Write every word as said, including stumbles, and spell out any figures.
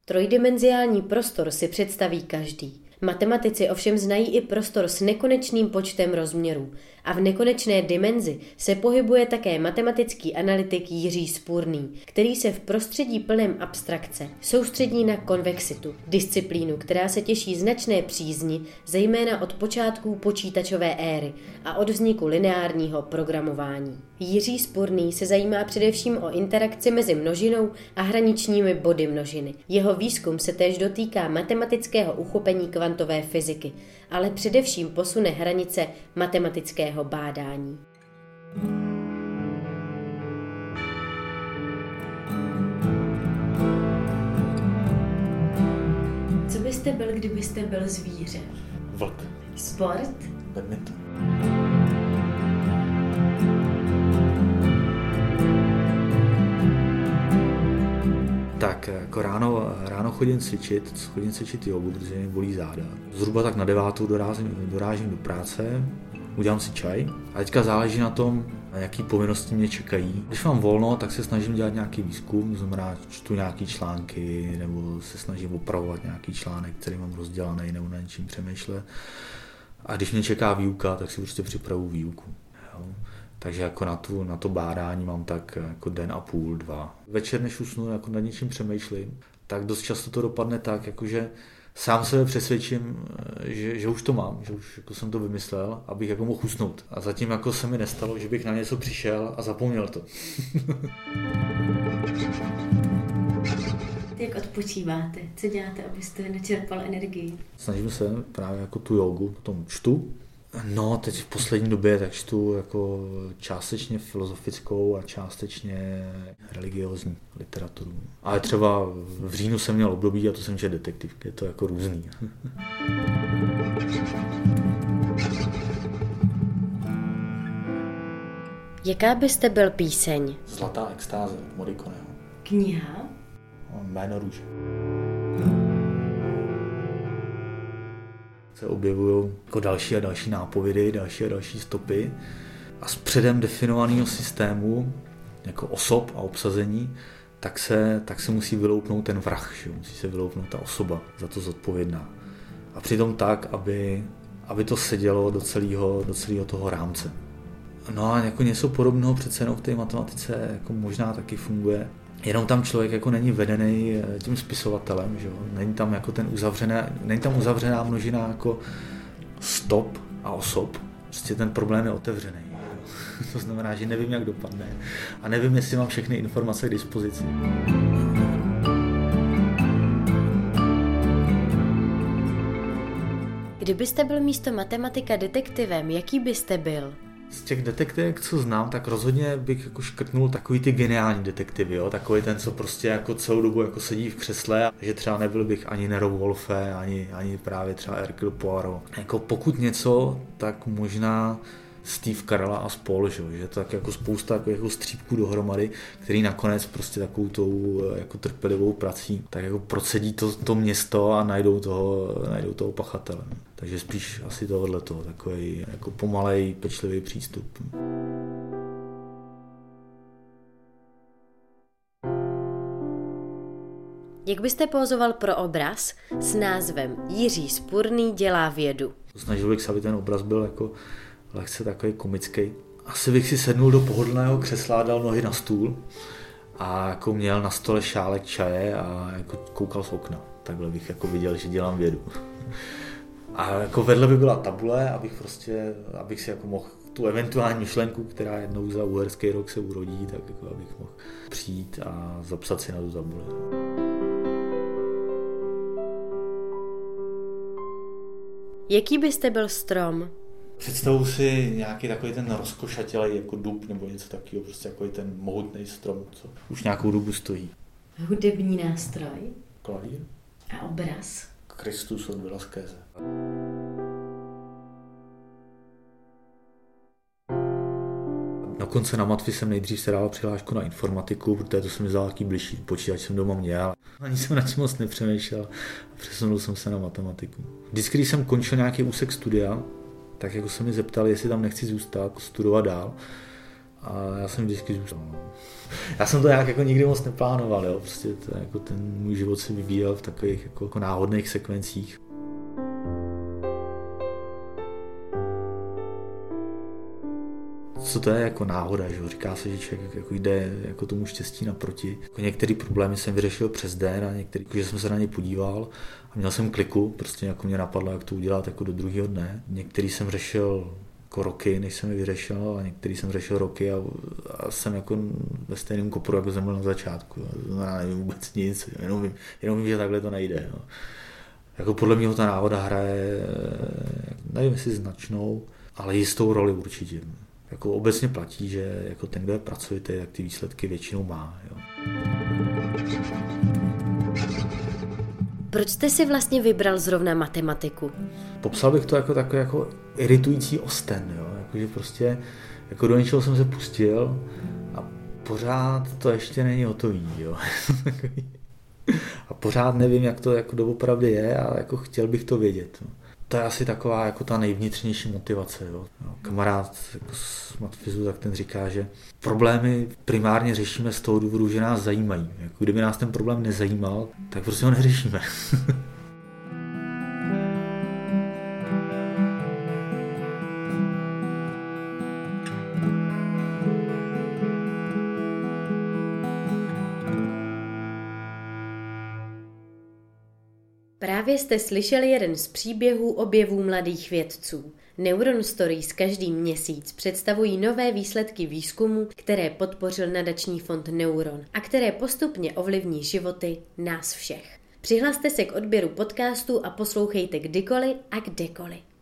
Trojdimenziální prostor si představí každý. Matematici ovšem znají i prostor s nekonečným počtem rozměrů a v nekonečné dimenzi se pohybuje také matematický analytik Jiří Spurný, který se v prostředí plném abstrakce soustředí na konvexitu, disciplínu, která se těší značné přízni, zejména od počátků počítačové éry a od vzniku lineárního programování. Jiří Spurný se zajímá především o interakci mezi množinou a hraničními body množiny. Jeho výzkum se též dotýká matematického uchopení kvantové fyziky, ale především posune hranice matematického bádání. Co byste byl, kdybyste byl zvíře? Vlk. Sport? Badminton. Tak jako ráno, ráno chodím cvičit, chodím cvičit jogu, protože mě bolí záda. Zhruba tak na devátou dorážím, dorážím do práce, udělám si čaj a teďka záleží na tom, na jaký povinnosti mě čekají. Když mám volno, tak se snažím dělat nějaký výzkum, to znamená čtu nějaký články nebo se snažím opravovat nějaký článek, který mám rozdělaný nebo na něčím přemýšlet. A když mě čeká výuka, tak si určitě připravu výuku. Jo. Takže jako na, tu, na to bádání mám tak jako den a půl, dva. Večer, než usnu, jako nad něčím přemýšlím, tak dost často to dopadne tak, jakože sám sebe přesvědčím, že, že už to mám, že už jako jsem to vymyslel, abych jako mohl usnout. A zatím jako se mi nestalo, že bych na něco přišel a zapomněl to. Jak odpočíváte? Co děláte, abyste nečerpal energii? Snažím se právě jako tu jogu, potom čtu. No, teď v poslední době tak čtu jako částečně filozofickou a částečně religiózní literaturu. Ale třeba v říjnu jsem měl období a to jsem četl detektivky, je to jako různý. Jaká byste byl píseň? Zlatá extáze od Morriconeho. Kniha? Jméno růže. Se objevují jako další a další nápovědy, další a další stopy a z předem definovaného systému jako osob a obsazení, tak se, tak se musí vyloupnout ten vrah, že? Musí se vyloupnout ta osoba za to zodpovědná. A přitom tak, aby, aby to sedělo do celého, do celého toho rámce. No a jako něco podobného přece jenom v té matematice jako možná taky funguje. Jenom tam člověk jako není vedený tím spisovatelem, že jo? Není tam jako ten uzavřená, není tam uzavřená množina jako stop a osob. Prostě ten problém je otevřený. To znamená, že nevím, jak dopadne a nevím, jestli mám všechny informace k dispozici. Kdybyste byl místo matematika detektivem, jaký byste byl? Z těch detektivek, co znám, tak rozhodně bych jako škrtnul takový ty geniální detektivy, jo? Takový ten, co prostě jako celou dobu jako sedí v křesle, že třeba nebyl bych ani Nero Wolfe, ani, ani právě třeba Hercule Poirot. Jako pokud něco, tak možná Steve Carell a spol, že, že to tak jako spousta jako, jako střípků dohromady, který nakonec prostě takovou tou jako trpělivou prací tak jako procedí to, to město a najdou toho, najdou toho pachatele. Takže spíš asi tohohle toho, takový jako pomalej, pečlivý přístup. Jak byste pózoval pro obraz s názvem Jiří Spurný dělá vědu? Snažil bych se, aby ten obraz byl jako lehce takový komický. Asi bych si sednul do pohodlného křesla, dal nohy na stůl a jako měl na stole šálek čaje a jako koukal z okna. Takhle bych jako viděl, že dělám vědu. A jako vedle by byla tabule, abych prostě, abych si jako mohl tu eventuální myšlenku, která jednou za uherský rok se urodí, tak jako abych mohl přijít a zapsat si na tu tabuli. Jaký byste byl strom? Představuji si nějaký takový ten rozkošatělej jako dub nebo něco takového, prostě jako ten mohutný strom, co už nějakou dobu stojí. Hudební nástroj? Klavír. A obraz? Kristus od Velasqueze. Na konce na matvy jsem nejdřív se dával přihlášku na informatiku, protože to se mi zdalo taky bližší. Počítač jsem doma měl. Ani jsem na tím moc nepřemýšlel a přesunul jsem se na matematiku. Vždycky, když jsem končil nějaký úsek studia, tak jako se mi zeptali, jestli tam nechci zůstat, studovat dál. a já jsem vždycky zůstal. Já jsem to nějak jako nikdy moc neplánoval, jo? Prostě to, jako ten můj život se vyvíjel v takových jako, jako náhodných sekvencích. Co to je jako náhoda, že? Říká se, že člověk jako jde jako tomu štěstí naproti. Jako některé problémy jsem vyřešil přes den a některé, že jsem se na ně podíval a měl jsem kliku, prostě jako mě napadlo, jak to udělat jako do druhého dne. Některý jsem řešil jako roky, než jsem je vyřešil, a některý jsem řešil roky a, a jsem jako ve stejném kopru, jako jsem byl na začátku. To znamená, nevím vůbec nic, jenom vím, jenom vím, že takhle to nejde. Jo. Jako podle mě ta náhoda hraje, nevím jestli značnou, ale jistou roli určitě. Jako obecně platí, že jako ten, kdo pracujete, tak ty výsledky většinou má. Jo. Proč jste si vlastně vybral zrovna matematiku? Popsal bych to jako takový jako iritující osten, jo. Jako, že prostě jako do něčeho jsem se pustil a pořád to ještě není hotový, jo. A pořád nevím, jak to jako doopravdy je a jako chtěl bych to vědět. Jo. To je asi taková jako ta nejvnitřnější motivace. Jo. Kamarád jako z matfizu, tak ten říká, že problémy primárně řešíme z toho důvodu, že nás zajímají. Jako kdyby nás ten problém nezajímal, tak prostě ho neřešíme. Právě jste slyšeli jeden z příběhů objevů mladých vědců. Neuron Stories každý měsíc představují nové výsledky výzkumu, které podpořil nadační fond Neuron a které postupně ovlivní životy nás všech. Přihlaste se k odběru podcastu a poslouchejte kdykoliv a kdekoliv.